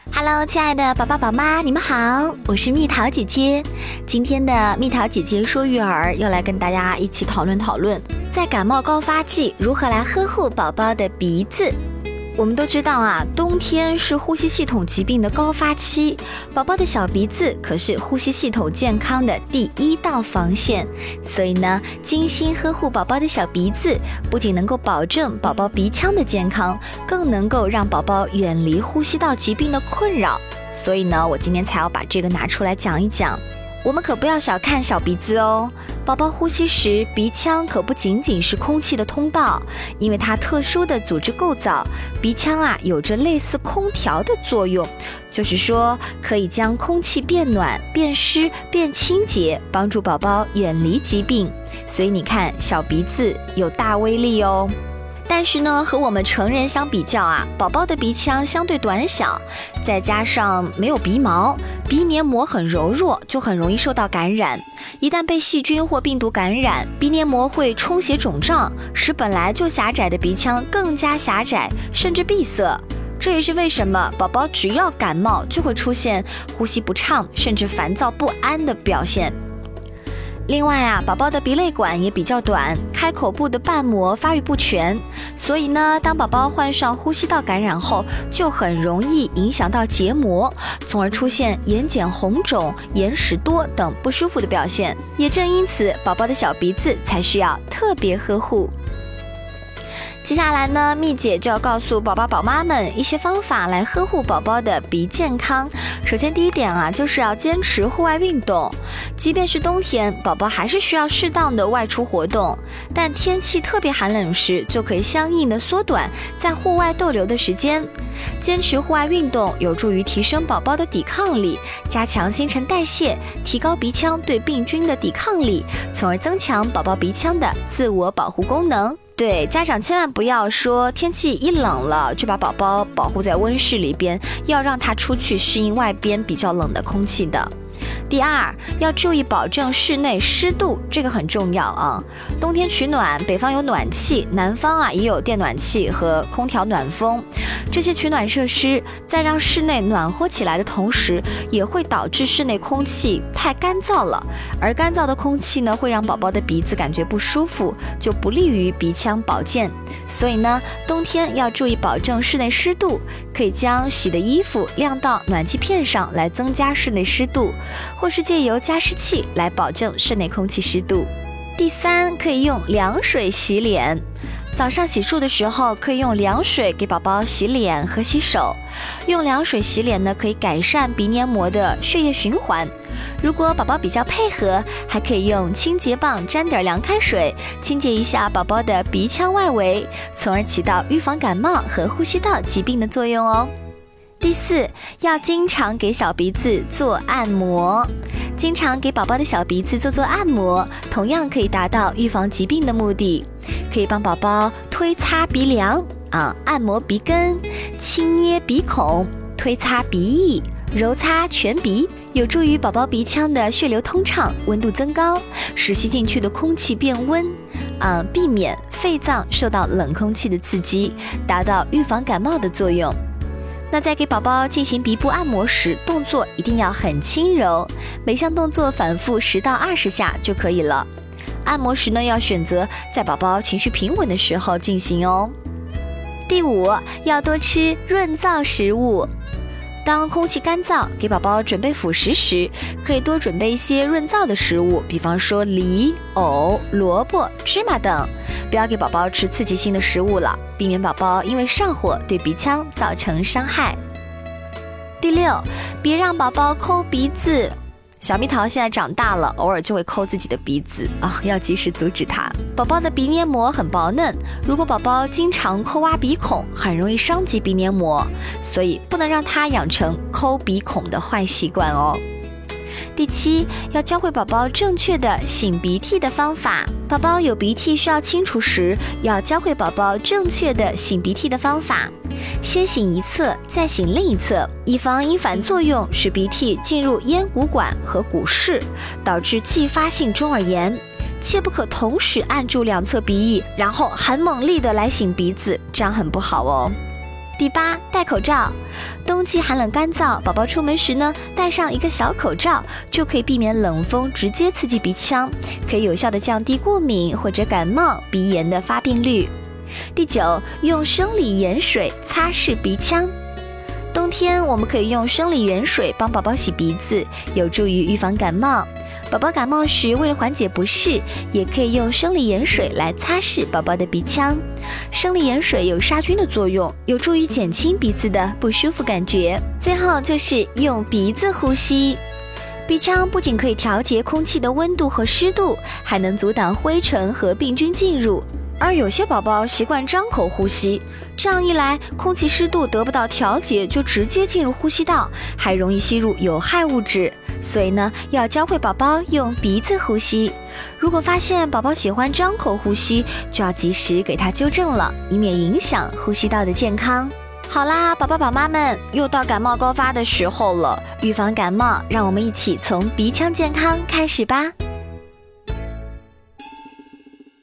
Hello， 亲爱的宝宝宝妈，你们好，我是蜜桃姐姐。今天的蜜桃姐姐说育儿，要来跟大家一起讨论在感冒高发季如何来呵护宝宝的鼻子。我们都知道啊，冬天是呼吸系统疾病的高发期，宝宝的小鼻子可是呼吸系统健康的第一道防线，所以呢，精心呵护宝宝的小鼻子，不仅能够保证宝宝鼻腔的健康，更能够让宝宝远离呼吸道疾病的困扰。所以呢，我今天才要把这个拿出来讲一讲。我们可不要小看小鼻子哦，宝宝呼吸时，鼻腔可不仅仅是空气的通道，因为它特殊的组织构造，鼻腔有着类似空调的作用，就是说可以将空气变暖、变湿、变清洁，帮助宝宝远离疾病。所以你看，小鼻子有大威力哦。但是呢，和我们成人相比较宝宝的鼻腔相对短小，再加上没有鼻毛，鼻黏膜很柔弱，就很容易受到感染。一旦被细菌或病毒感染，鼻黏膜会充血肿胀，使本来就狭窄的鼻腔更加狭窄，甚至闭塞。这也是为什么宝宝只要感冒就会出现呼吸不畅，甚至烦躁不安的表现。另外宝宝的鼻泪管也比较短，开口部的瓣膜发育不全，所以呢，当宝宝患上呼吸道感染后，就很容易影响到结膜，从而出现眼睑红肿、眼屎多等不舒服的表现。也正因此，宝宝的小鼻子才需要特别呵护。接下来呢，蜜姐就要告诉宝宝宝妈们一些方法来呵护宝宝的鼻健康。首先第一点就是要坚持户外运动。即便是冬天，宝宝还是需要适当的外出活动，但天气特别寒冷时，就可以相应的缩短在户外逗留的时间。坚持户外运动有助于提升宝宝的抵抗力，加强新陈代谢，提高鼻腔对病菌的抵抗力，从而增强宝宝鼻腔的自我保护功能。对，家长千万不要说天气一冷了就把宝宝保护在温室里边，要让他出去适应外边比较冷的空气的。第二，要注意保证室内湿度，这个很重要啊。冬天取暖，北方有暖气，南方也有电暖气和空调暖风，这些取暖设施在让室内暖和起来的同时，也会导致室内空气太干燥了，而干燥的空气呢，会让宝宝的鼻子感觉不舒服，就不利于鼻腔保健。所以呢，冬天要注意保证室内湿度，可以将洗的衣服晾到暖气片上来增加室内湿度，或是借由加湿器来保证室内空气湿度。第三，可以用凉水洗脸。早上洗漱的时候，可以用凉水给宝宝洗脸和洗手。用凉水洗脸呢，可以改善鼻黏膜的血液循环。如果宝宝比较配合，还可以用清洁棒沾点凉开水，清洁一下宝宝的鼻腔外围，从而起到预防感冒和呼吸道疾病的作用哦。第四，要经常给小鼻子做按摩。经常给宝宝的小鼻子做按摩，同样可以达到预防疾病的目的。可以帮宝宝推擦鼻梁按摩鼻根，轻捏鼻孔，推擦鼻翼，揉擦全鼻，有助于宝宝鼻腔的血流通畅，温度增高，使吸进去的空气变温避免肺脏受到冷空气的刺激，达到预防感冒的作用。那在给宝宝进行鼻部按摩时，动作一定要很轻柔，每项动作反复10到20下就可以了。按摩时呢，要选择在宝宝情绪平稳的时候进行哦。第五，要多吃润燥食物。当空气干燥，给宝宝准备辅食时，可以多准备一些润燥的食物，比方说梨、藕、萝卜、芝麻等。不要给宝宝吃刺激性的食物了，避免宝宝因为上火对鼻腔造成伤害。第六，别让宝宝抠鼻子。小蜜桃现在长大了，偶尔就会抠自己的鼻子要及时阻止它。宝宝的鼻黏膜很薄嫩，如果宝宝经常抠挖鼻孔，很容易伤及鼻黏膜，所以不能让他养成抠鼻孔的坏习惯哦。第七，要教会宝宝正确的擤鼻涕的方法。宝宝有鼻涕需要清除时，要教会宝宝正确的擤鼻涕的方法。先擤一侧，再擤另一侧，以防因反作用使鼻涕进入咽鼓管和鼓室，导致继发性中耳炎。切不可同时按住两侧鼻翼，然后很猛力的来擤鼻子，这样很不好哦。 第8，戴口罩。冬季寒冷干燥，宝宝出门时呢，戴上一个小口罩，就可以避免冷风直接刺激鼻腔，可以有效的降低过敏或者感冒、鼻炎的发病率。第9，用生理盐水擦拭鼻腔。冬天我们可以用生理盐水帮宝宝洗鼻子，有助于预防感冒。宝宝感冒时，为了缓解不适，也可以用生理盐水来擦拭宝宝的鼻腔。生理盐水有杀菌的作用，有助于减轻鼻子的不舒服感觉。最后就是用鼻子呼吸。鼻腔不仅可以调节空气的温度和湿度，还能阻挡灰尘和病菌进入。而有些宝宝习惯张口呼吸，这样一来，空气湿度得不到调节，就直接进入呼吸道，还容易吸入有害物质。所以呢，要教会宝宝用鼻子呼吸。如果发现宝宝喜欢张口呼吸，就要及时给他纠正了，以免影响呼吸道的健康。好啦，宝宝宝妈们，又到感冒高发的时候了，预防感冒，让我们一起从鼻腔健康开始吧。